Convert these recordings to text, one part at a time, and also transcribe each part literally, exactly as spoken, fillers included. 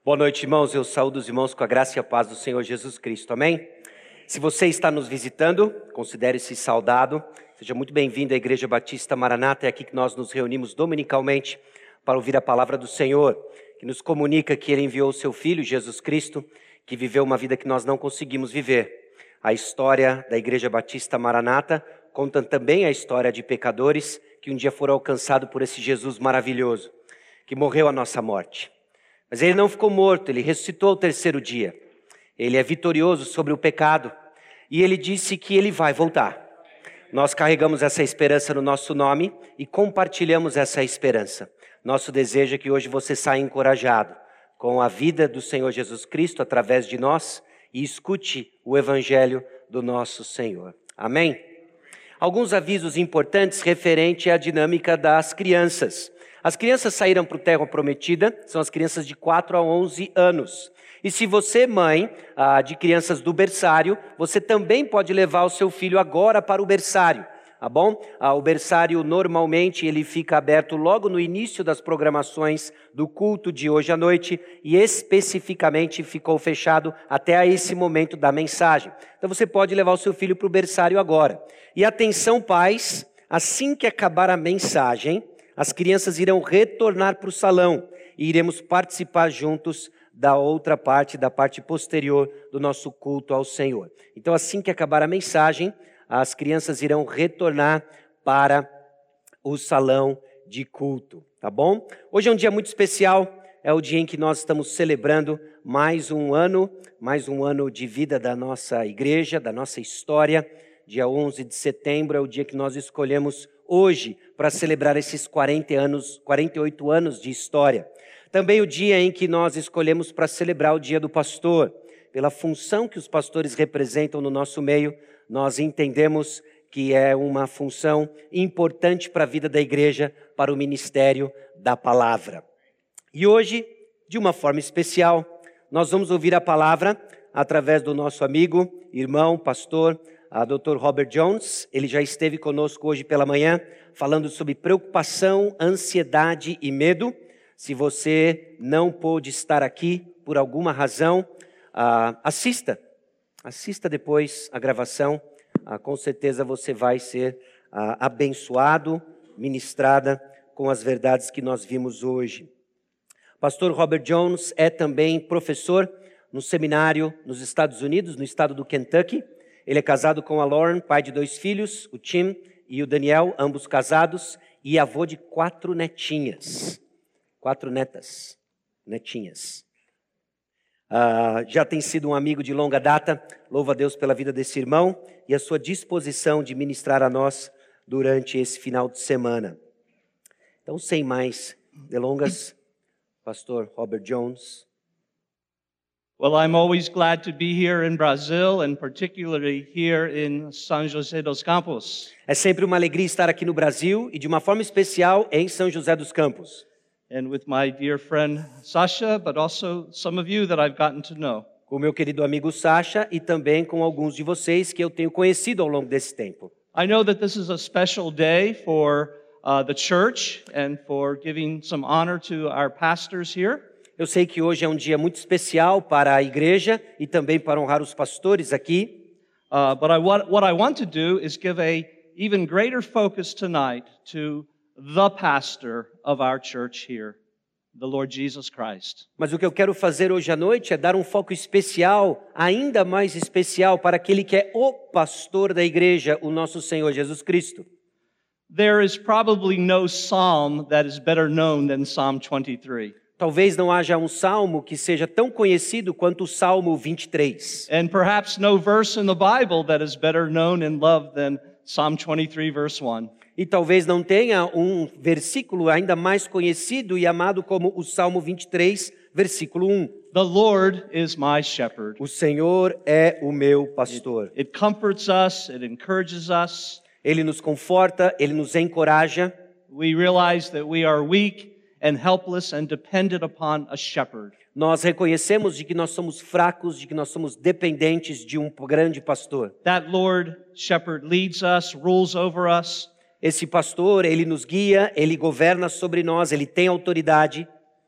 Boa noite, irmãos. Eu saúdo os irmãos com a graça e a paz do Senhor Jesus Cristo. Amém? Se você está nos visitando, considere-se saudado. Seja muito bem-vindo à Igreja Batista Maranata. É aqui que nós nos reunimos dominicalmente para ouvir a palavra do Senhor, que nos comunica que Ele enviou o seu Filho, Jesus Cristo, que viveu uma vida que nós não conseguimos viver. A história da Igreja Batista Maranata conta também a história de pecadores que um dia foram alcançados por esse Jesus maravilhoso, que morreu a nossa morte. Mas ele não ficou morto, ele ressuscitou ao terceiro dia. Ele é vitorioso sobre o pecado e ele disse que ele vai voltar. Nós carregamos essa esperança no nosso nome e compartilhamos essa esperança. Nosso desejo é que hoje você saia encorajado com a vida do Senhor Jesus Cristo através de nós e escute o evangelho do nosso Senhor. Amém? Alguns avisos importantes referente à dinâmica das crianças. As crianças saíram para o Terra Prometida, são as crianças de quatro a onze anos. E se você, mãe, ah, de crianças do berçário, você também pode levar o seu filho agora para o berçário, tá bom? Ah, o berçário normalmente ele fica aberto logo no início das programações do culto de hoje à noite e especificamente ficou fechado até a esse momento da mensagem. Então você pode levar o seu filho para o berçário agora. E atenção, pais, assim que acabar a mensagem, as crianças irão retornar para o salão e iremos participar juntos da outra parte, da parte posterior do nosso culto ao Senhor. Então, assim que acabar a mensagem, as crianças irão retornar para o salão de culto, tá bom? Hoje é um dia muito especial, é o dia em que nós estamos celebrando mais um ano, mais um ano de vida da nossa igreja, da nossa história. Dia onze de setembro é o dia que nós escolhemos hoje para celebrar esses quarenta anos, quarenta e oito anos de história. Também o dia em que nós escolhemos para celebrar o dia do pastor. Pela função que os pastores representam no nosso meio, nós entendemos que é uma função importante para a vida da igreja, para o ministério da palavra. E hoje, de uma forma especial, nós vamos ouvir a palavra através do nosso amigo, irmão, pastor, a doutor Robert Jones. Ele já esteve conosco hoje pela manhã, falando sobre preocupação, ansiedade e medo. Se você não pôde estar aqui por alguma razão, uh, assista. Assista depois a gravação. Uh, com certeza você vai ser uh, abençoado, ministrada com as verdades que nós vimos hoje. Pastor Robert Jones é também professor no seminário nos Estados Unidos, no estado do Kentucky. Ele é casado com a Lauren, pai de dois filhos, o Tim e o Daniel, ambos casados, e avô de quatro netinhas. Quatro netas, netinhas. Uh, já tem sido um amigo de longa data. Louva a Deus pela vida desse irmão e a sua disposição de ministrar a nós durante esse final de semana. Então, sem mais delongas, pastor Robert Jones. Well, I'm always glad to be here in Brazil, and particularly here in São José dos Campos. É sempre uma alegria estar aqui no Brasil e de uma forma especial em São José dos Campos. And with my dear friend Sasha, but also some of you that I've gotten to know. Com o meu querido amigo Sasha e também com alguns de vocês que eu tenho conhecido ao longo desse tempo. I know that this is a special day for uh, the church and for giving some honor to our pastors here. Eu sei que hoje é um dia muito especial para a igreja e também para honrar os pastores aqui. Uh, but I, what, what I want to do is give a even greater focus tonight to the pastor of our church here, the Lord Jesus Christ. Mas o que eu quero fazer hoje à noite é dar um foco especial, ainda mais especial, para aquele que é o pastor da igreja, o nosso Senhor Jesus Cristo. There is probably no psalm that is better known than Psalm twenty-three. Talvez não haja um salmo que seja tão conhecido quanto o Salmo vinte e três. And perhaps no verse in the Bible that is better known and loved than Psalm twenty-three verse one. E talvez não tenha um versículo ainda mais conhecido e amado como o Salmo vinte e três, versículo um. The Lord is my shepherd. O Senhor é o meu pastor. It, it comforts us, it encourages us. Ele nos conforta, ele nos encoraja. We realize that we are weak and helpless and dependent upon a shepherd. Nós reconhecemos de que nós somos fracos, de que nós somos dependentes de um grande pastor. That Lord shepherd leads us, rules over us. Esse pastor, ele nos guia, ele governa sobre nós, ele tem autoridade.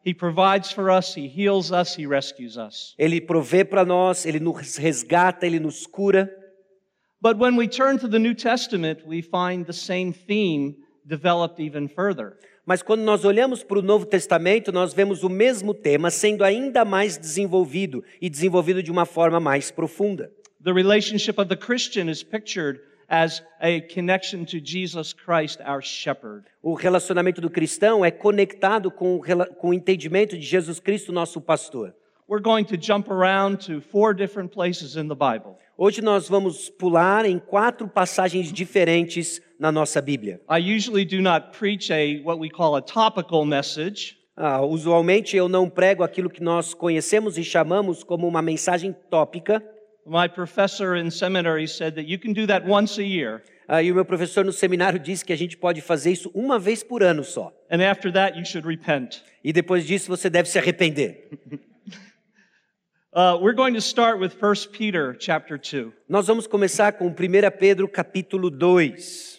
He provides for us, He heals us, He rescues us. Ele provê para nós, Ele nos resgata, Ele nos cura. But when we turn to the New Testament, we find the same theme developed even further. Mas quando nós olhamos para o Novo Testamento, nós vemos o mesmo tema sendo ainda mais desenvolvido e desenvolvido de uma forma mais profunda. The relationship of the Christian is pictured as a connection to Jesus Christ, our shepherd. O relacionamento do cristão é conectado com o, com o entendimento de Jesus Cristo, nosso pastor. We're going to jump around to four different places in the Bible. Hoje nós vamos pular em quatro passagens diferentes na nossa Bíblia. I usually do not preach a what we call a topical message. Ah, usualmente eu não prego aquilo que nós conhecemos e chamamos como uma mensagem tópica. My professor in seminary said that you can do that once a year. Ah, e o meu professor no seminário disse que a gente pode fazer isso uma vez por ano só. And after that you should repent. E depois disso você deve se arrepender. Uh, we're going to start with First Peter chapter two. Nós vamos começar com primeira Pedro capítulo dois.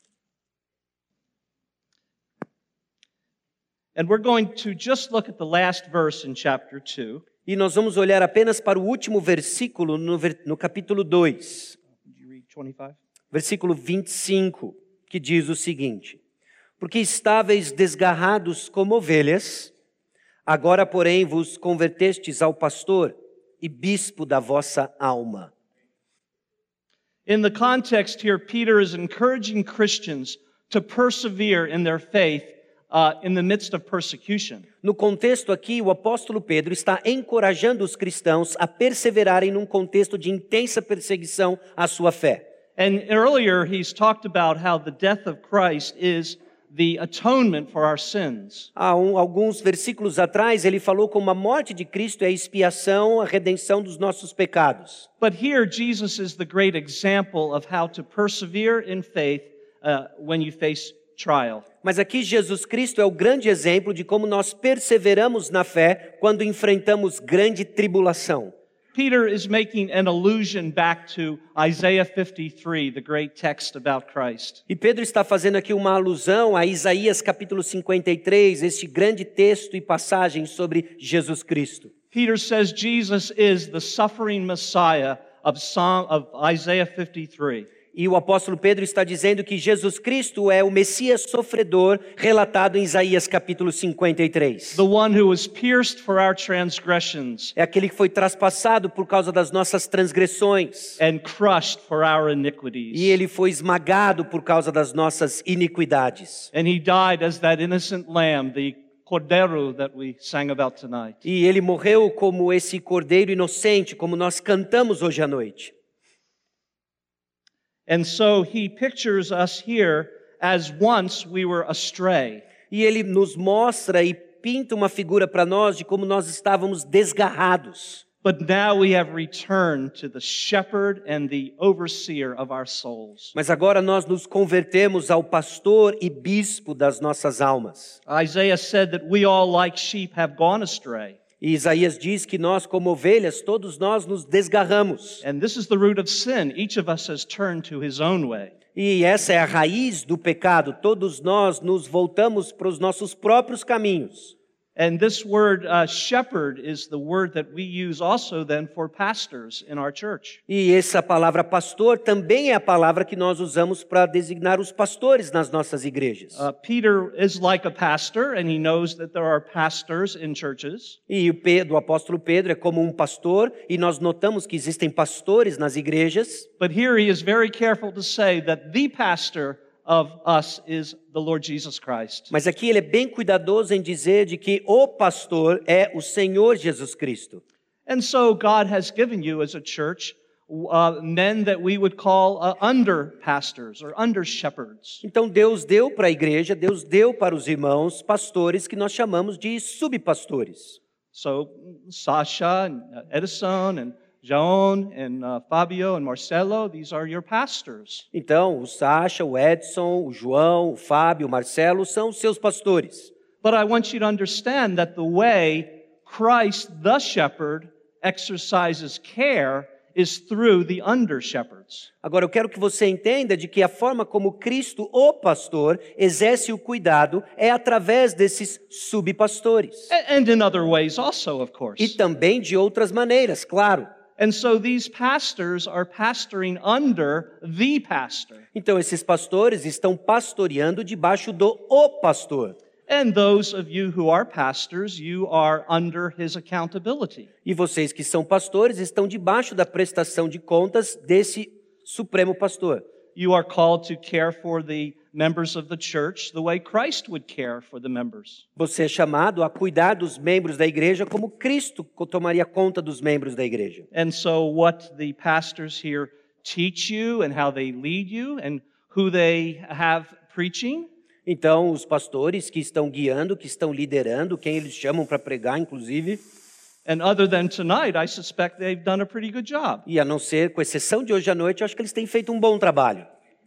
And we're going to just look at the last verse in chapter two. E nós vamos olhar apenas para o último versículo no, ver, no capítulo dois. Would you read twenty-five? Versículo vinte e cinco, que diz o seguinte: Porque estáveis desgarrados como ovelhas, agora, porém, vos convertestes ao pastor e bispo da vossa alma. In the context here, Peter is encouraging Christians to persevere in their faith uh, in the midst of persecution. No contexto aqui, o apóstolo Pedro está encorajando os cristãos a perseverarem num contexto de intensa perseguição à sua fé. And earlier, he's talked about how the death of Christ is the atonement for our sins. Há um, alguns versículos atrás, ele falou como a morte de Cristo é a expiação, a redenção dos nossos pecados. But here, Jesus is the great example of how to persevere in faith uh, when you face trial. Mas aqui Jesus Cristo é o grande exemplo de como nós perseveramos na fé quando enfrentamos grande tribulação. Peter is making an allusion back to Isaiah fifty-three, the great text about Christ. E Pedro está fazendo aqui uma alusão a Isaías capítulo cinquenta e três, este grande texto e passagem sobre Jesus Cristo. Peter says Jesus is the suffering Messiah of Psalm of Isaiah fifty-three. E o apóstolo Pedro está dizendo que Jesus Cristo é o Messias sofredor relatado em Isaías capítulo cinquenta e três. The one who was pierced for our transgressions É aquele que foi traspassado por causa das nossas transgressões. and crushed for our iniquities. E ele foi esmagado por causa das nossas iniquidades. And he died as that innocent lamb, the Cordero that we sang about tonight. E ele morreu como esse cordeiro inocente, como nós cantamos hoje à noite. And so he pictures us here as once we were astray. E ele nos mostra e pinta uma figura para nós de como nós estávamos desgarrados. But now we have returned to the shepherd and the overseer of our souls. Mas agora nós nos convertemos ao pastor e bispo das nossas almas. Isaiah said that we all like sheep have gone astray. E Isaías diz que nós, como ovelhas, todos nós nos desgarramos. And this is the root of sin. Each of us has turned to his own way. E essa é a raiz do pecado. Todos nós nos voltamos para os nossos próprios caminhos. And this word uh, shepherd is the word that we use also then for pastors in our church. E essa palavra pastor também é a palavra que nós usamos para designar os pastores nas nossas igrejas. Uh, Peter is like a pastor, and he knows that there are pastors in churches. E o, Pedro, o apóstolo Pedro é como um pastor, e nós notamos que existem pastores nas igrejas. But here he is very careful to say that the pastor of us is the Lord Jesus Christ. Mas aqui ele é bem cuidadoso em dizer de que o pastor é o Senhor Jesus Cristo. And so God has given you as a church uh, men that we would call uh, under pastors or under shepherds. Então Deus deu para a igreja, Deus deu para os irmãos pastores que nós chamamos de subpastores. So Sasha and Edison and João and uh, Fabio and Marcelo, these are your pastors. Então, o Sacha, o Edson, o João, o Fábio, o Marcelo são os seus pastores. But I want you to understand that the way Christ, the shepherd, exercises care is through the under-shepherds. Agora, eu quero que você entenda de que a forma como Cristo, o pastor, exerce o cuidado é através desses subpastores. A- And in other ways also, of E course. também de outras maneiras, claro. And so these pastors are pastoring under the pastor. Então, esses pastores estão pastoreando debaixo do o pastor. And those of you who are pastors, you are under his accountability. E vocês que são pastores estão debaixo da prestação de contas desse supremo pastor. You are called to care for the members of the church the way Christ would care for the members. Você é chamado a cuidar dos membros da igreja como Cristo tomaria conta dos membros da igreja. And so what the pastors here teach you and how they lead you and who they have preaching, Então, os pastores que estão guiando, que estão liderando, quem eles chamam para pregar, inclusive, and other than tonight, I suspect they've done a pretty good job. e a não ser, com exceção de hoje à noite, eu acho que eles têm feito um bom trabalho.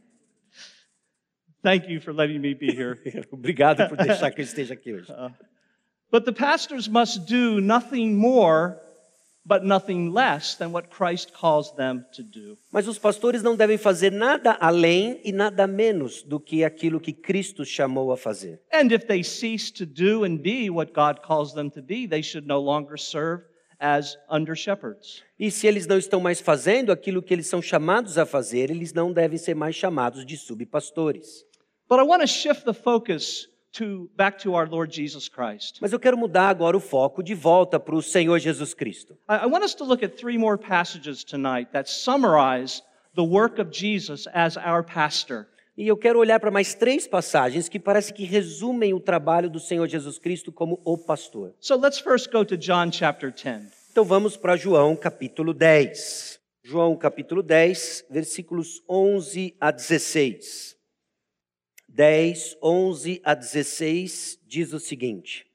Thank you for letting me be here. Obrigado por deixar que eu esteja aqui hoje. But the pastors must do nothing more but nothing less than what Christ calls them to do. Mas os pastores não devem fazer nada além e nada menos do que aquilo que Cristo chamou a fazer. And if they cease to do and be what God calls them to be, they should no longer serve as under shepherds. E se eles não estão mais fazendo aquilo que eles são chamados a fazer, eles não devem ser mais chamados de subpastores. But I want to shift the focus to back to our Lord Jesus Christ. Mas eu quero mudar agora o foco de volta para o Senhor Jesus Cristo. I I want us to look at three more passages tonight that summarize the work of Jesus as our pastor. E eu quero olhar para mais três passagens que parece que resumem o trabalho do Senhor Jesus Cristo como o pastor. So let's first go to John chapter ten. Então vamos para João capítulo dez. João capítulo dez, versículos onze a dezesseis. dez, onze a dezesseis diz o seguinte: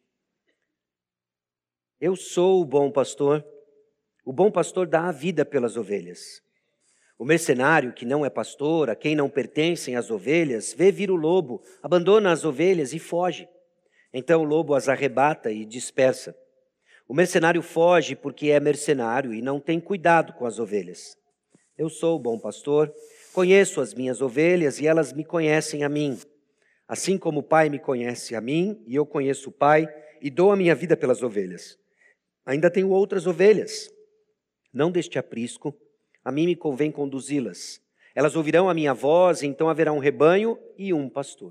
Eu sou o bom pastor, o bom pastor dá a vida pelas ovelhas. O mercenário que não é pastor, a quem não pertencem as ovelhas, vê vir o lobo, abandona as ovelhas e foge. Então o lobo as arrebata e dispersa. O mercenário foge porque é mercenário e não tem cuidado com as ovelhas. Eu sou o bom pastor, conheço as minhas ovelhas e elas me conhecem a mim. Assim como o Pai me conhece a mim e eu conheço o Pai e dou a minha vida pelas ovelhas. Ainda tenho outras ovelhas. Não deste aprisco, a mim me convém conduzi-las. Elas ouvirão a minha voz, então haverá um rebanho e um pastor.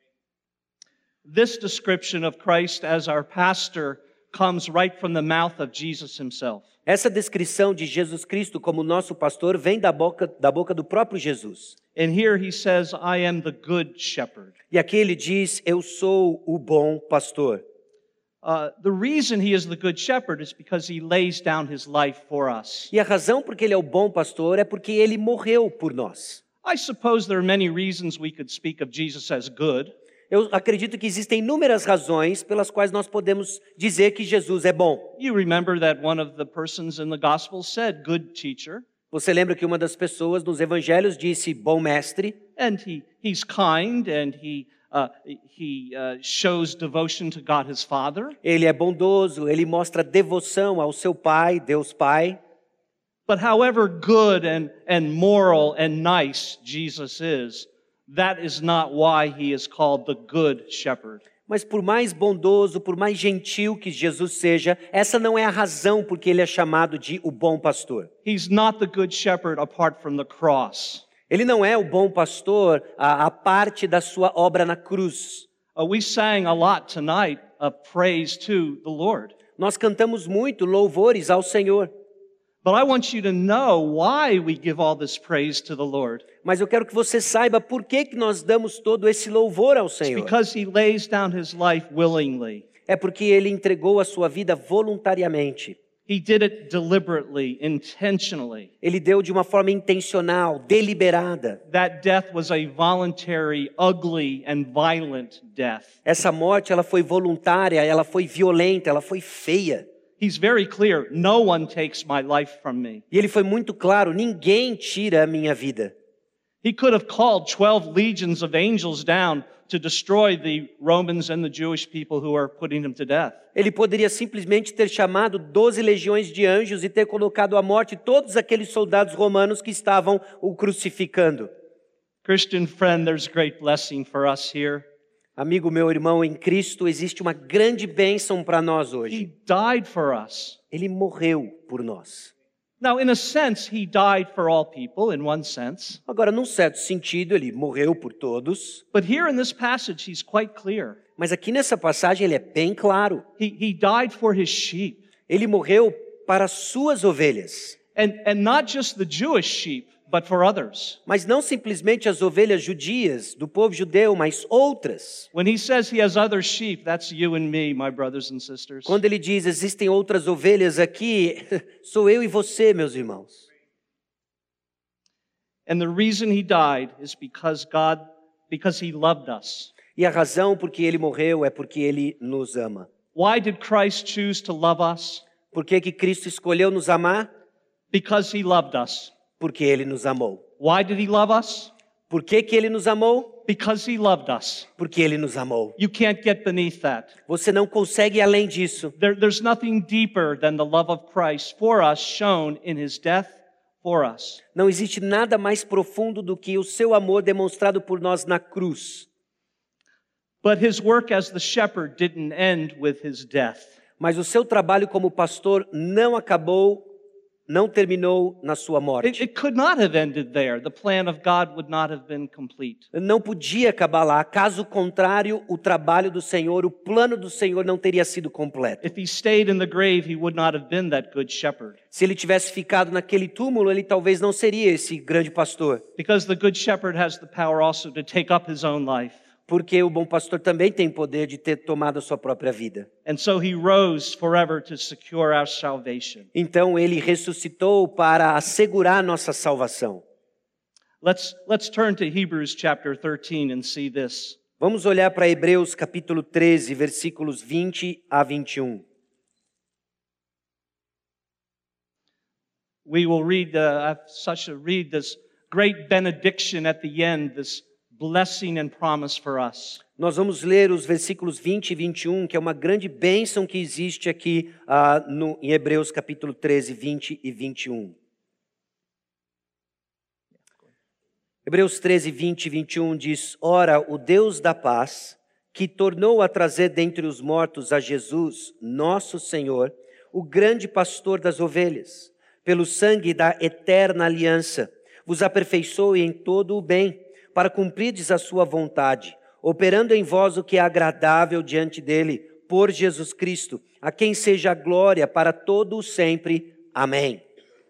This description of Christ as our pastor comes right from the mouth of Jesus himself. Essa descrição de Jesus Cristo como nosso pastor vem da boca, da boca do próprio Jesus. And here he says, I am the good shepherd. E aqui ele diz, eu sou o bom pastor. Uh, the reason he is the good shepherd is because he lays down his life for us. E a razão por que ele é o bom pastor é porque ele morreu por nós. I suppose there are many reasons we could speak of Jesus as good. Eu acredito que existem inúmeras razões pelas quais nós podemos dizer que Jesus é bom. You remember that one of the persons in the gospel said, good teacher, Você lembra que uma das pessoas nos evangelhos disse bom mestre? and he, he's kind and he, uh, he uh, shows devotion to God his Father. Ele é bondoso, ele mostra devoção ao seu Pai, Deus Pai. But however good and, and moral and nice Jesus is, that is not why he is called the good shepherd. Mas por mais bondoso, por mais gentil que Jesus seja, essa não é a razão por que ele é chamado de o bom pastor. He's not the good shepherd apart from the cross. Ele não é o bom pastor a, a parte da sua obra na cruz. Uh, we sang a lot tonight of praise to the Lord. Nós cantamos muito louvores ao Senhor. But I want you to know why we give all this praise to the Lord. Mas eu quero que você saiba por que, que nós damos todo esse louvor ao It's Senhor. because he lays down his life willingly. É porque ele entregou a sua vida voluntariamente. He did it deliberately, intentionally. Ele deu de uma forma intencional, deliberada. That death was a voluntary, ugly, and violent death. Essa morte, ela foi voluntária, ela foi violenta, ela foi feia. He's very clear, no one takes my life from me. E ele foi muito claro, ninguém tira a minha vida. He could have called twelve legions of angels down to destroy the Romans and the Jewish people who are putting him to death. Ele poderia simplesmente ter chamado doze legiões de anjos e ter colocado à morte todos aqueles soldados romanos que estavam o crucificando. Christian friend, there's great blessing for us here. Amigo meu, irmão, em Cristo existe uma grande bênção para nós He hoje. died for us. Ele morreu por nós. Now, in a sense, he died for all people, in one sense. Agora, num certo sentido, ele morreu por todos, But here in this passage, he's quite clear. mas aqui nessa passagem ele é bem claro. He, he died for his sheep. Ele morreu para as suas ovelhas, And, and not just the Jewish sheep, but for others. mas não simplesmente as ovelhas judias do povo judeu, mas outras. When he says he has other sheep, that's you and me, my brothers and sisters. Quando ele diz, existem outras ovelhas aqui, sou eu e você, meus irmãos. And the reason he died is because God, because he loved us. E a razão por que ele morreu é porque ele nos ama. Why did Christ choose to love us? Por que que Cristo escolheu nos amar? Because he loved us. Porque ele nos amou. Why did he love us? Por que que ele nos amou? Because he loved us. Porque ele nos amou. You can't get beneath that. Você não consegue ir além disso. There, there's nothing deeper than the love of Christ for us shown in his death for us. Não existe nada mais profundo do que o seu amor demonstrado por nós na cruz. But his work as the shepherd didn't end with his death. Mas o seu trabalho como pastor não acabou, não terminou na sua It, morte. it could not have ended there. The plan of God would not have been complete. Não podia acabar lá. Caso contrário, o trabalho do Senhor, o plano do Senhor não teria sido completo. If he stayed in the grave, he would not have been that good shepherd. Se ele tivesse ficado naquele túmulo, ele talvez não seria esse grande pastor. Because the good shepherd has the power also to take up his own life. Porque o bom pastor também tem poder de ter tomado a sua própria vida. And so he rose forever to secure our salvation. Então ele ressuscitou para assegurar a nossa salvação. Let's, let's turn to Hebrews chapter thirteen and see this. Vamos olhar para Hebreus capítulo treze, versículos vinte a vinte e um. We will read, uh, such a read this great benediction at the end, this blessing and promise for us. Nós vamos ler os versículos vinte e vinte e um, que é uma grande bênção que existe aqui ah, no, em Hebreus capítulo treze, vinte e vinte e um. Hebreus treze, vinte e vinte e um diz: Ora, o Deus da paz, que tornou a trazer dentre os mortos a Jesus, nosso Senhor, o grande pastor das ovelhas, pelo sangue da eterna aliança, vos aperfeiçoe em todo o bem, para cumprirdes a sua vontade, operando em vós o que é agradável diante dele, por Jesus Cristo, a quem seja a glória para todo o sempre. Amém.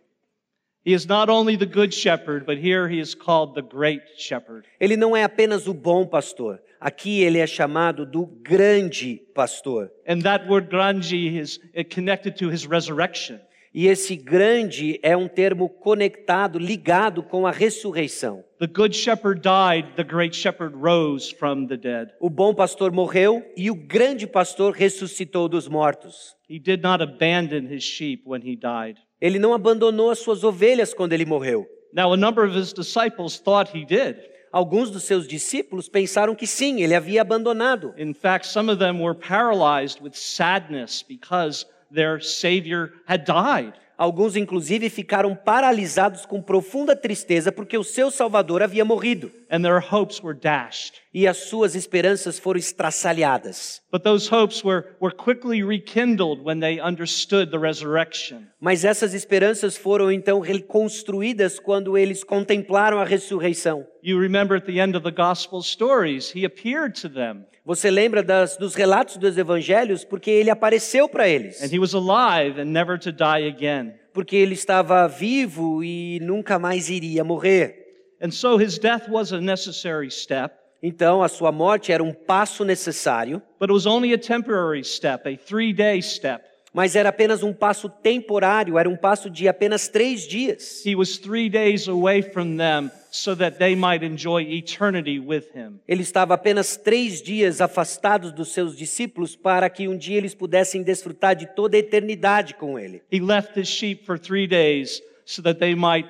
He is not only the good shepherd, but here he is called the great shepherd. Ele não é apenas o bom pastor. Aqui ele é chamado do grande pastor. And that word grande is connected to his resurrection. E esse grande é um termo conectado, ligado com a ressurreição. The good shepherd died, the great shepherd rose from the dead. O bom pastor morreu e o grande pastor ressuscitou dos mortos. He did not abandon his sheep when he died. Ele não abandonou as suas ovelhas quando ele morreu. Now, a number of his disciples thought he did. Alguns dos seus discípulos pensaram que sim, ele havia abandonado. In fact, some of them were paralyzed with sadness because their Savior had died. Alguns, inclusive, ficaram paralisados com profunda tristeza porque o seu Salvador havia morrido. And their hopes were dashed. E as suas esperanças foram estraçalhadas. But those hopes were, were quickly rekindled when they understood the resurrection. Mas essas esperanças foram então reconstruídas quando eles contemplaram a ressurreição. You remember at the end of the gospel stories, he appeared to them. Você lembra das, dos relatos dos evangelhos porque ele apareceu para eles. And he was alive and never to die again. Porque ele estava vivo e nunca mais iria morrer. And so his death was a necessary step. Então a sua morte era um passo necessário, But it was only a temporary step, a three-day step. mas era apenas um passo temporário, era um passo de apenas três dias. He was three days away from them so that they might enjoy eternity with him. Ele estava apenas três dias afastados dos seus discípulos para que um dia eles pudessem desfrutar de toda a eternidade com ele. He left his sheep for three days so that they might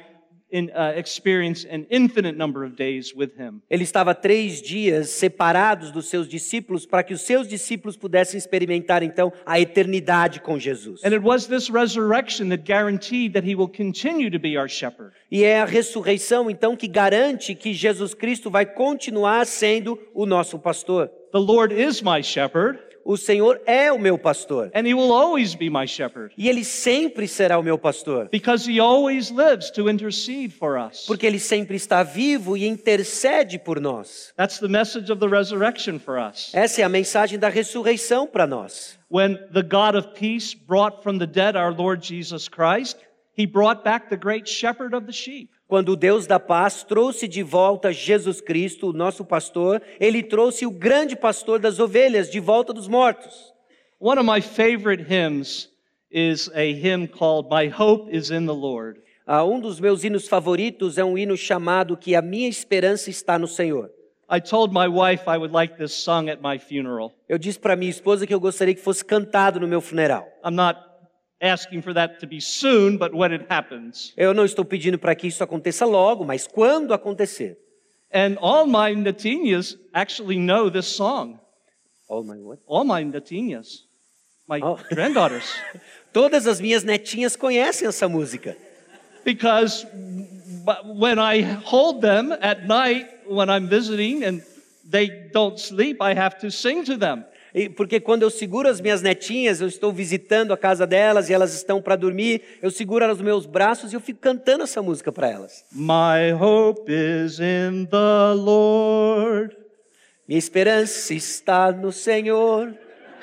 in, uh, experience an infinite number of days with him. Ele estava três dias separados dos seus discípulos para que os seus discípulos pudessem experimentar então a eternidade com Jesus. And it was this resurrection that guaranteed that he will continue to be our shepherd. E é a ressurreição então que garante que Jesus Cristo vai continuar sendo o nosso pastor. The Lord is my shepherd, O Senhor é o meu pastor. and he will always be my shepherd, E Ele sempre será o meu pastor. because he always lives to intercede for us. Porque Ele sempre está vivo e intercede por nós. That's the message of the resurrection for us. Essa é a mensagem da ressurreição para nós. When the God of peace brought from the dead our Lord Jesus Christ, he brought back the great shepherd of the sheep. Quando o Deus da paz trouxe de volta Jesus Cristo, o nosso pastor, Ele trouxe o grande pastor das ovelhas de volta dos mortos. One of my favorite hymns is a hymn called My Hope is in the Lord. Ah, um dos meus hinos favoritos é um hino chamado Que a Minha Esperança Está no Senhor. I told my wife I would like this sung at my funeral. Eu disse para minha esposa que eu gostaria que fosse cantado no meu funeral. I'm not asking for that to be soon, but when it happens. Eu não estou pedindo para que isso aconteça logo, mas quando acontecer. And all my Natinas actually know this song. Oh my what? All my Natinas, my Oh. granddaughters. Todas as minhas netinhas conhecem essa música. Because when I hold them at night when I'm visiting and they don't sleep, I have to sing to them. E porque quando eu seguro as minhas netinhas, eu estou visitando a casa delas e elas estão para dormir, eu seguro elas nos meus braços e eu fico cantando essa música para elas. My hope is in the Lord. Minha esperança está no Senhor.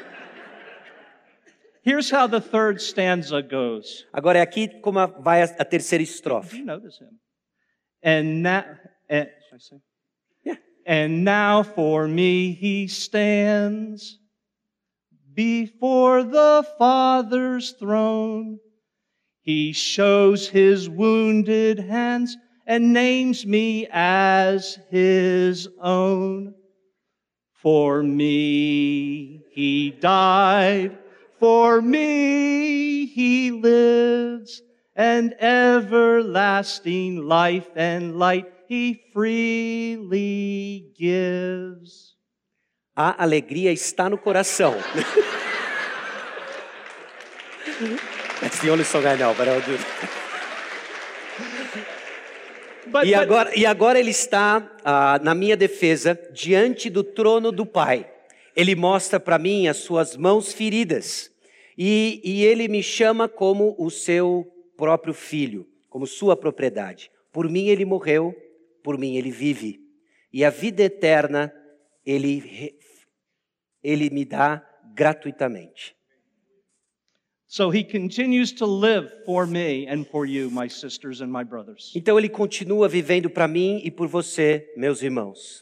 Here's how the third stanza goes. Agora é aqui como a- vai a, a terceira Do estrofe. you know this hymn? And now, and, should I sing? Yeah. And now for me he stands before the Father's throne. He shows his wounded hands and names me as his own. For me he died, for me he lives, and everlasting life and light he freely gives. A alegria está no coração. That's the only song I know, but I'll do it. But, E but- agora, e agora ele está, ah, na minha defesa, diante do trono do Pai. Ele mostra para mim as suas mãos feridas. E, e ele me chama como o seu próprio filho, como sua propriedade. Por mim ele morreu, por mim ele vive. E a vida eterna ele, re- ele me dá gratuitamente. so he continues to live for me and for you, my sisters and my brothers. Então ele continua vivendo para mim e por você, meus irmãos.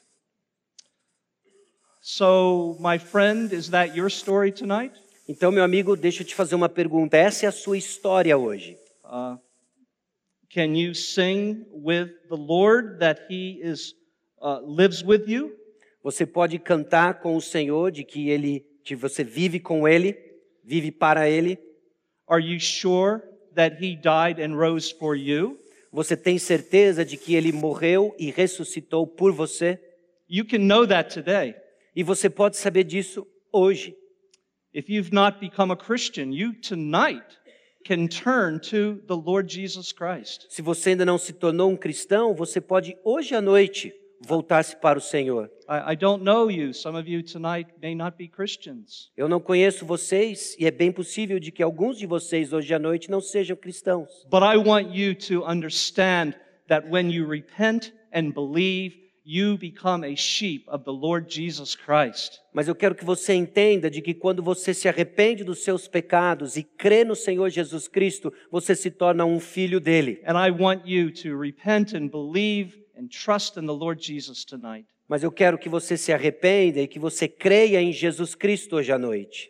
So, my friend, is that your story tonight? Então, meu amigo, deixa eu te fazer uma pergunta. Essa é a sua história hoje. Uh, can you sing with the Lord that He is uh, lives with you? Você pode cantar com o Senhor de que ele, que você vive com ele, vive para ele. Are you sure that He died and rose for you? Você tem certeza de que ele morreu e ressuscitou por você? You can know that today. E você pode saber disso hoje. If you've not become a Christian, you tonight can turn to the Lord Jesus Christ. Se você ainda não se tornou um cristão, você pode hoje à noite voltar-se para o Senhor. I, I don't know you. Some of you tonight may not be Christians. Eu não conheço vocês e é bem possível de que alguns de vocês hoje à noite não sejam cristãos. But I want you to understand that when you repent and believe, you become a sheep of the Lord Jesus Christ. Mas eu quero que você entenda de que quando você se arrepende dos seus pecados e crê no Senhor Jesus Cristo, você se torna um filho dele. And I want you to repent and believe and trust in the Lord Jesus tonight. Mas eu quero que você se arrependa e que você creia em Jesus Cristo hoje à noite.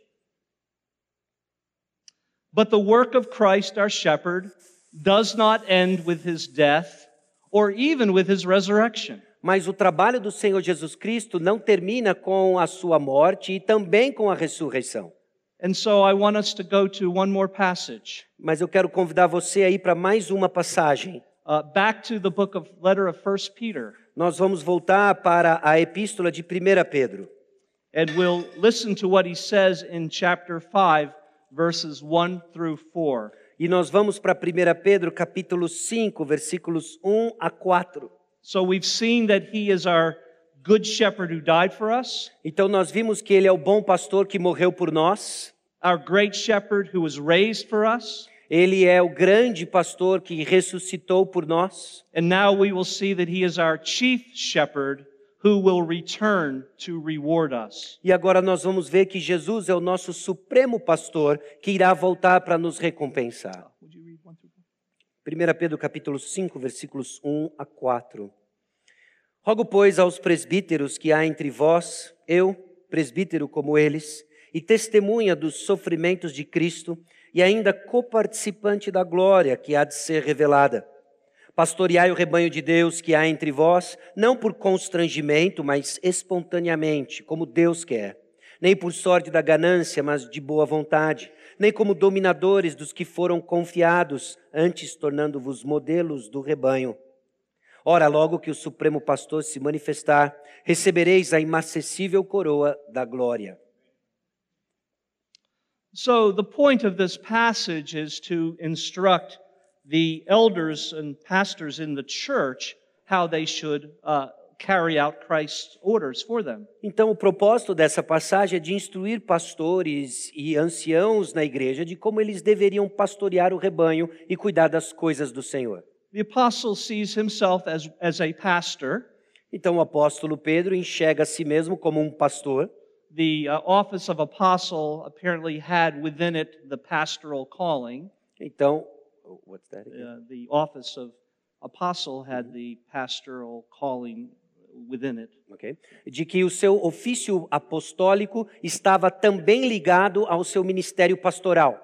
But the work of Christ, our shepherd, does not end with his death or even with his resurrection. Mas o trabalho do Senhor Jesus Cristo não termina com a sua morte e também com a ressurreição. And so I want us to go to one more passage. Mas eu quero convidar você aí para mais uma passagem. uh, back to the book of letter of First Peter, Nós vamos voltar para a epístola de primeira Pedro. and we'll listen to what he says in chapter five, verses one through four. E nós vamos para primeira Pedro, capítulo cinco, versículos um a quatro. So we've seen that he is our good shepherd who died for us, Então nós vimos que ele é o bom pastor que morreu por nós. our great shepherd who was raised for us, Ele é o grande pastor que ressuscitou por nós. and now we will see that he is our chief shepherd who will return to reward us. E agora nós vamos ver que Jesus é o nosso supremo pastor que irá voltar para nos recompensar. Would you read one through four? primeira Pedro capítulo cinco, versículos um a quatro. Rogo, pois, aos presbíteros que há entre vós, eu, presbítero como eles, e testemunha dos sofrimentos de Cristo, e ainda coparticipante da glória que há de ser revelada. Pastoreai o rebanho de Deus que há entre vós, não por constrangimento, mas espontaneamente, como Deus quer. Nem por sorte da ganância, mas de boa vontade. Nem como dominadores dos que foram confiados, antes tornando-vos modelos do rebanho. Ora, logo que o Supremo Pastor se manifestar, recebereis a inacessível coroa da glória. So the point of this passage is to instruct the elders and pastors in the church how they should uh, carry out Christ's orders for them. Então, o propósito dessa passagem é de instruir pastores e anciãos na igreja de como eles deveriam pastorear o rebanho e cuidar das coisas do Senhor. The apostle sees himself as, as a pastor. Então, o apóstolo Pedro enxerga a si mesmo como um pastor. The uh, office of apostle apparently had within it the pastoral calling. Então, what's that again? Uh, the office of apostle had the pastoral calling within it. Okay. De que o seu ofício apostólico estava também ligado ao seu ministério pastoral.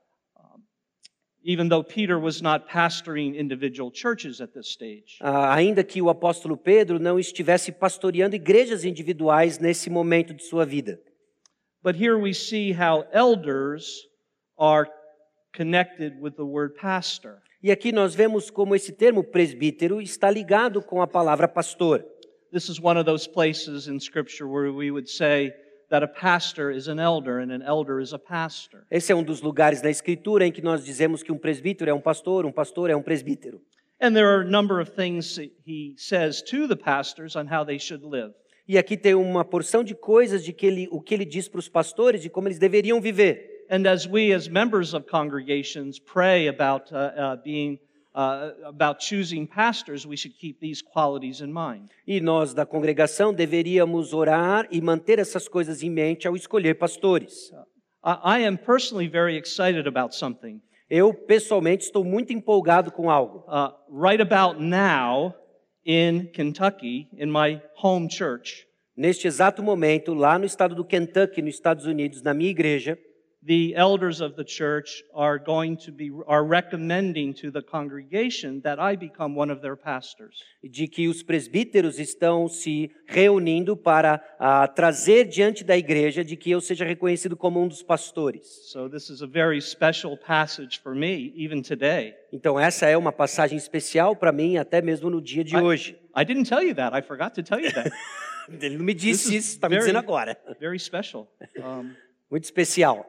Even though Peter was not pastoring individual churches at this stage. Ah, ainda que o apóstolo Pedro não estivesse pastoreando igrejas individuais nesse momento de sua vida. But here we see how elders are connected with the word pastor. E aqui nós vemos como esse termo presbítero está ligado com a palavra pastor. This is one of those places in Scripture where we would say that a pastor is an elder and an elder is a pastor. Esse é um dos lugares na Escritura em que nós dizemos que um presbítero é um pastor, um pastor é um presbítero. And there are a number of things that he says to the pastors on how they should live. E aqui tem uma porção de coisas de que ele, o que ele diz para os pastores de como eles deveriam viver. And as we as members of congregations pray about uh, uh, being uh, about choosing pastors, we should keep these qualities in mind. E nós da congregação deveríamos orar e manter essas coisas em mente ao escolher pastores. I, I am personally very excited about something. Eu pessoalmente estou muito empolgado com algo. Uh, right about now in Kentucky, in my home church, Neste exato momento, lá no estado do Kentucky, nos Estados Unidos, na minha igreja, the elders of the church are going to be are recommending to the congregation that I become one of their pastors. de que os presbíteros estão se reunindo para ah, trazer diante da igreja de que eu seja reconhecido como um dos pastores. So this is a very special passage for me even today. Então essa é uma passagem especial para mim até mesmo no dia de I- hoje. I didn't tell you that. I forgot to tell you that. Ele não me disse This is isso, está me very- dizendo agora. Very special. Um, Muito especial.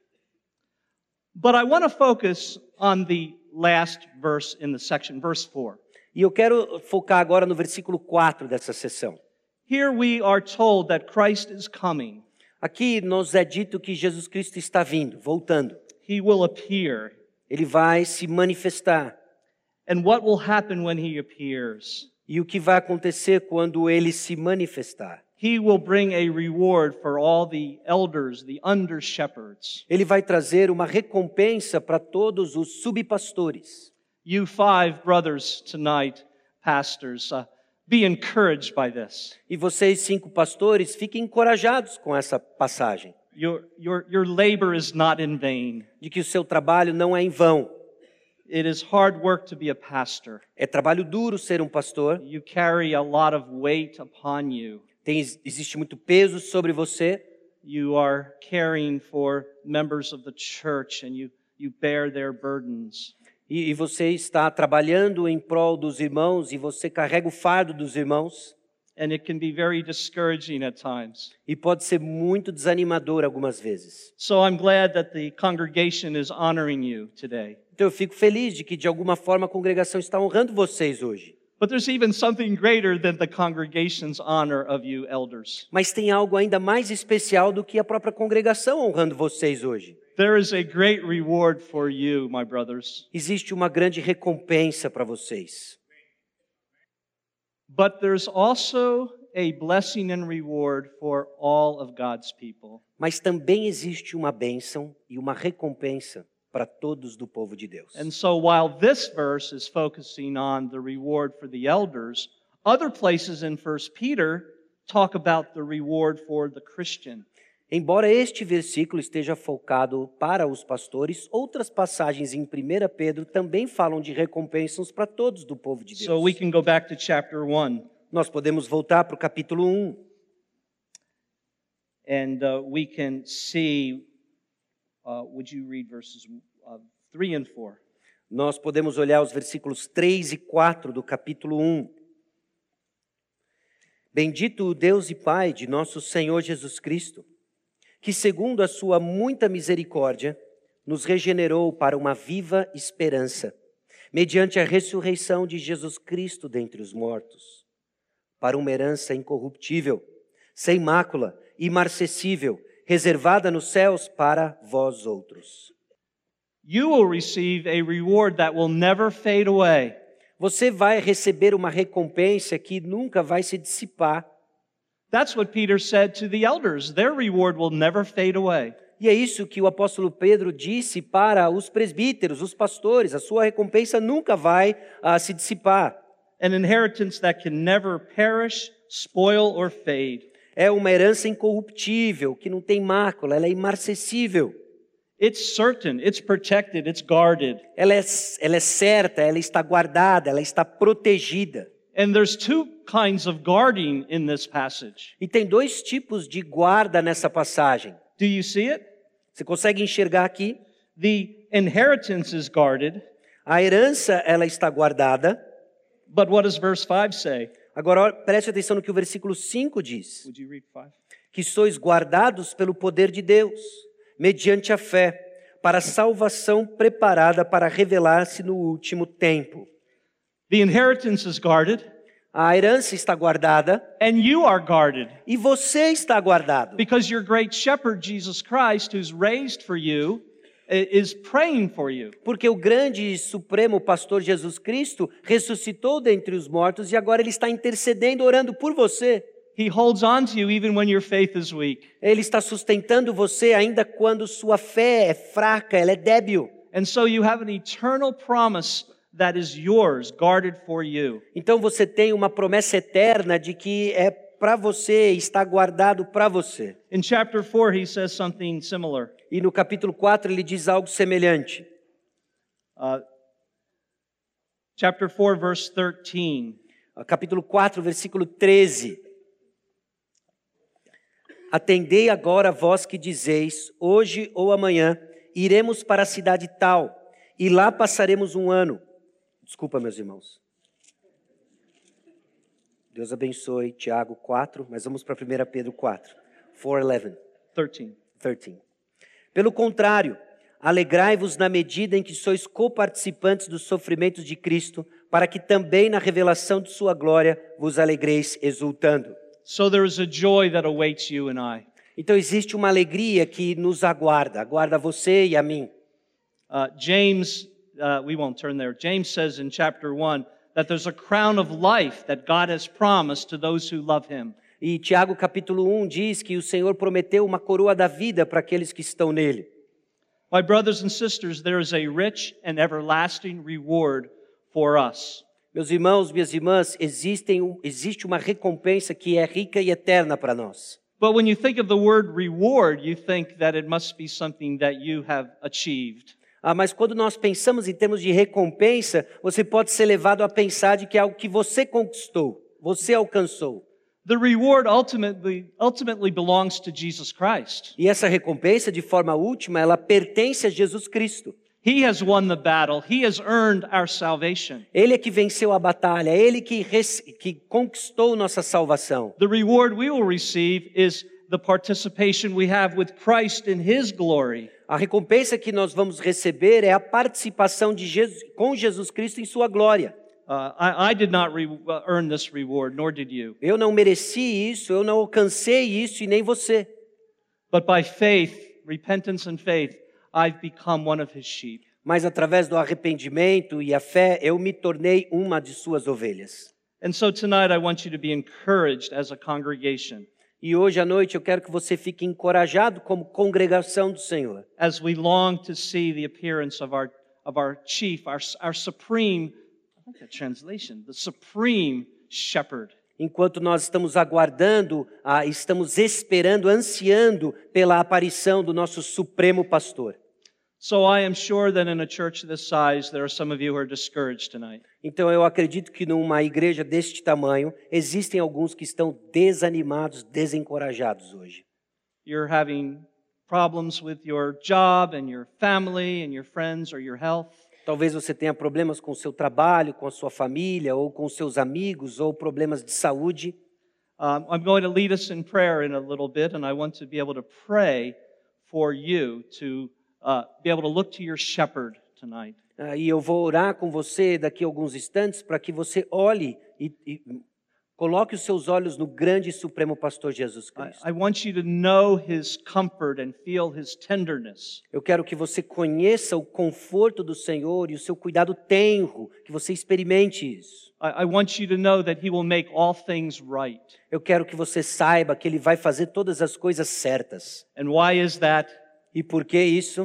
but I want to focus on the last verse in the section, verse four. E eu quero focar agora no versículo quatro dessa sessão. Here we are told that Christ is coming. Aqui nos é dito que Jesus Cristo está vindo, voltando. He will appear. Ele vai se manifestar. And what will happen when he appears? E o que vai acontecer quando ele se manifestar? He will bring a reward for all the elders, the under shepherds. Ele vai trazer uma recompensa para todos os subpastores. You five brothers tonight, pastors, uh, be encouraged by this. E vocês, cinco pastores, fiquem encorajados com essa passagem. Your, your, your labor is not in vain. De que o seu trabalho não é em vão. It is hard work to be a pastor. É trabalho duro ser um pastor. You carry a lot of weight upon you. Tem, existe muito peso sobre você. You are caring for members of the church and you, you bear their burdens. E, e você está trabalhando em prol dos irmãos e você carrega o fardo dos irmãos. And it can be very discouraging at times. E pode ser muito desanimador algumas vezes. So I'm glad that the congregation is honoring you today. Então eu fico feliz de que de alguma forma a congregação está honrando vocês hoje. But there's even something greater than the congregation's honor of you elders. Mas tem algo ainda mais especial do que a própria congregação honrando vocês hoje. There is a great reward for you, my brothers. Existe uma grande recompensa para vocês. But there's also a blessing and reward for all of God's people. Mas também existe uma bênção e uma recompensa para todos do povo de Deus. And so while this verse is focusing on the reward for the elders, other places in First Peter talk about the reward for the Christian. Embora este versículo esteja focado para os pastores, outras passagens em Primeira Pedro também falam de recompensas para todos do povo de Deus. So we can go back to chapter one. Nós podemos voltar para o capítulo um. And uh, we can see, uh, would you read verses uh, three and four? Nós podemos olhar os versículos três e quatro do capítulo um. Bendito o Deus e Pai de nosso Senhor Jesus Cristo, que segundo a sua muita misericórdia, nos regenerou para uma viva esperança, mediante a ressurreição de Jesus Cristo dentre os mortos, para uma herança incorruptível, sem mácula, imarcessível, reservada nos céus para vós outros. You will receive a reward that will never fade away. Você vai receber uma recompensa que nunca vai se dissipar. That's what Peter said to the elders. Their reward will never fade away. E é isso que o apóstolo Pedro disse para os presbíteros, os pastores. A sua recompensa nunca vai uh, se dissipar. An inheritance that can never perish, spoil, or fade. É uma herança incorruptível, que não tem mácula, ela é imarcessível. It's certain, it's protected, it's guarded. Ela é, ela é certa, ela está guardada, ela está protegida. And there's two kinds of guarding in this passage. E tem dois tipos de guarda nessa passagem. Do you see it? Você consegue enxergar aqui? The inheritance is guarded. A herança, ela está guardada. But what does verse five say? Agora, preste atenção no que o versículo cinco diz. Would you read five? Que sois guardados pelo poder de Deus, mediante a fé, para a salvação preparada para revelar-se no último tempo. The inheritance is guarded. A herança está guardada. And you are guarded. E você está guardado. Because your great shepherd, Jesus Christ, who's raised for you, is praying for you. Porque o grande e supremo pastor Jesus Cristo ressuscitou dentre os mortos e agora ele está intercedendo, orando por você. He holds on to you even when your faith is weak. Ele está sustentando você ainda quando sua fé é fraca, ela é débil. And so you have an eternal promise that is yours, guarded for you. Então você tem uma promessa eterna de que é para você, está guardado para você. In chapter four he says something similar. E no capítulo quatro ele diz algo semelhante. Uh, chapter four verse thirteen. Capítulo quatro, versículo treze. Atendei agora vós que dizeis, hoje ou amanhã iremos para a cidade tal, e lá passaremos um ano. Desculpa, meus irmãos. Deus abençoe. Tiago quatro, mas vamos para primeira Pedro quatro. quatro, onze. thirteen. treze. Pelo contrário, alegrai-vos na medida em que sois coparticipantes dos sofrimentos de Cristo, para que também na revelação de sua glória vos alegreis exultando. So there is a joy that awaits you and I. Então existe uma alegria que nos aguarda, aguarda você e a mim. Uh, James, uh, we won't turn there. James says in chapter one that there's a crown of life that God has promised to those who love Him. E Tiago capítulo um diz que o Senhor prometeu uma coroa da vida para aqueles que estão nele. My brothers and sisters, there is a rich and everlasting reward for us. Meus irmãos, minhas irmãs, existem, existe uma recompensa que é rica e eterna para nós. But when you think of the word reward, you think that it must be something that you have achieved. Ah, mas quando nós pensamos em termos de recompensa, você pode ser levado a pensar de que é algo que você conquistou, você alcançou. The reward ultimately, ultimately belongs to Jesus Christ. E essa recompensa, de forma última, ela pertence a Jesus Cristo. He has won the battle. He has earned our salvation. Ele é que venceu a batalha, é Ele que, res- que conquistou nossa salvação. The reward we will receive is the participation we have with Christ in His glory. A recompensa que nós vamos receber é a participação de Jesus, com Jesus Cristo em sua glória. Uh, I, I did not re- uh, earn this reward, nor did you. Eu não mereci isso, eu não alcancei isso e nem você. But by faith, repentance and faith, I've become one of His sheep. Mas através do arrependimento e a fé, eu me tornei uma de suas ovelhas. And so tonight I want you to be encouraged as a congregation E hoje à noite eu quero que você fique encorajado como congregação do Senhor. as we long to see the appearance of our, of our chief, our, our supreme, I like that translation, the supreme shepherd. Enquanto nós estamos aguardando, ah, estamos esperando, ansiando pela aparição do nosso supremo pastor. So I am sure that in a church this size, there are some of you who are discouraged tonight. Então eu acredito que numa igreja deste tamanho, existem alguns que estão desanimados, desencorajados hoje. You're having problems with your job and your family and your friends or your health. Talvez você tenha problemas com o seu trabalho, com a sua família, ou com seus amigos, ou problemas de saúde. Um, I'm going to lead us in prayer in a little bit, and I want to be able to pray for you to uh, be able to look to your shepherd tonight. Ah, e eu vou orar com você daqui a alguns instantes para que você olhe e, e coloque os seus olhos no grande e supremo pastor Jesus I, Cristo. I want you to know His comfort and feel His tenderness. Eu quero que você conheça o conforto do Senhor e o seu cuidado tenro, que você experimente isso. I, I want you to know that He will make all things right. Eu quero que você saiba que Ele vai fazer todas as coisas certas. And why is that? E por que isso?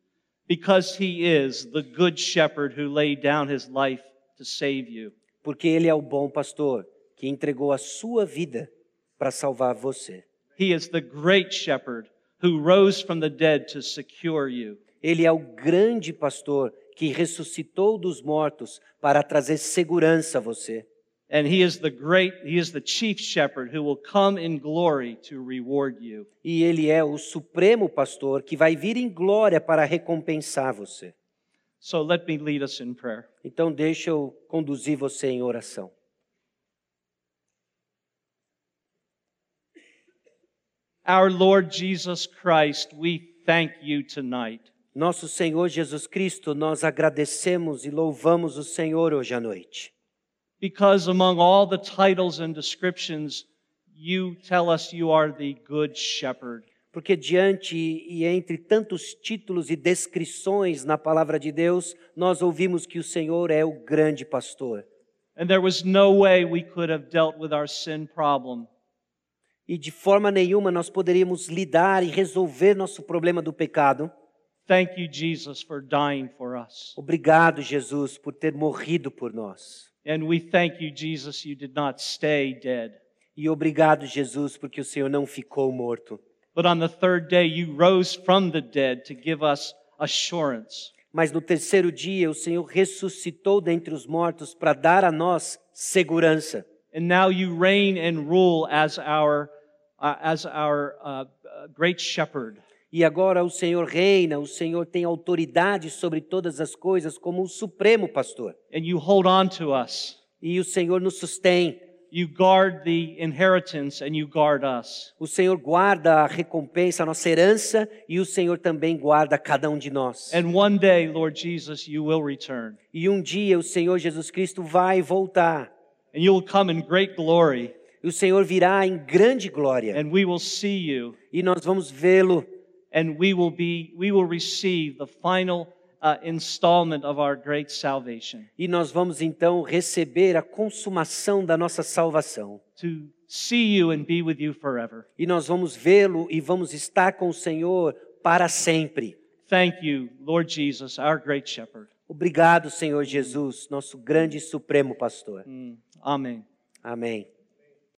Because He is the good shepherd who laid down His life to save you. Porque Ele é o bom pastor que entregou a sua vida para salvar você. He is the great shepherd who rose from the dead to secure you. Ele é o grande pastor que ressuscitou dos mortos para trazer segurança a você. And He is the great, He is the chief shepherd who will come in glory to reward you. E Ele é o supremo pastor que vai vir em glória para recompensar você. So let me lead us in prayer. Então deixa eu conduzir você em oração. Our Lord Jesus Christ, we thank you tonight. Nosso Senhor Jesus Cristo, nós agradecemos e louvamos o Senhor hoje à noite. Because among all the titles and descriptions, you tell us you are the good shepherd. Porque diante e entre tantos títulos e descrições na palavra de Deus, nós ouvimos que o Senhor é o grande pastor. And there was no way we could have dealt with our sin problem E de forma nenhuma nós poderíamos lidar e resolver nosso problema do pecado. Thank you, Jesus, for dying for us. Obrigado, Jesus, por ter morrido por nós. And we thank you, Jesus, you did not stay dead. E obrigado, Jesus, porque o Senhor não ficou morto. But on the third day, you rose from the dead to give us assurance. Mas no terceiro dia o Senhor ressuscitou dentre os mortos para dar a nós segurança. And now you reign and rule as our, uh, as our uh, uh, great shepherd. E agora o Senhor reina, o Senhor tem autoridade sobre todas as coisas como o supremo pastor. And you hold on to us. E o Senhor nos sustém. You guard the inheritance and you guard us. O Senhor guarda a recompensa, a nossa herança, e o Senhor também guarda cada um de nós. And one day, Lord Jesus, you will return. E um dia o Senhor Jesus Cristo vai voltar. And you will come in great glory. E o Senhor virá em grande glória. And we will see you. E nós vamos vê-lo. And we will be, we will receive the final uh, installment of our great salvation. E nós vamos então receber a consumação da nossa salvação. To see you and be with you forever. E nós vamos vê-lo e vamos estar com o Senhor para sempre. Thank you, Lord Jesus, our great shepherd. Obrigado, Senhor Jesus, nosso grande e supremo pastor. Mm, amen. Amém.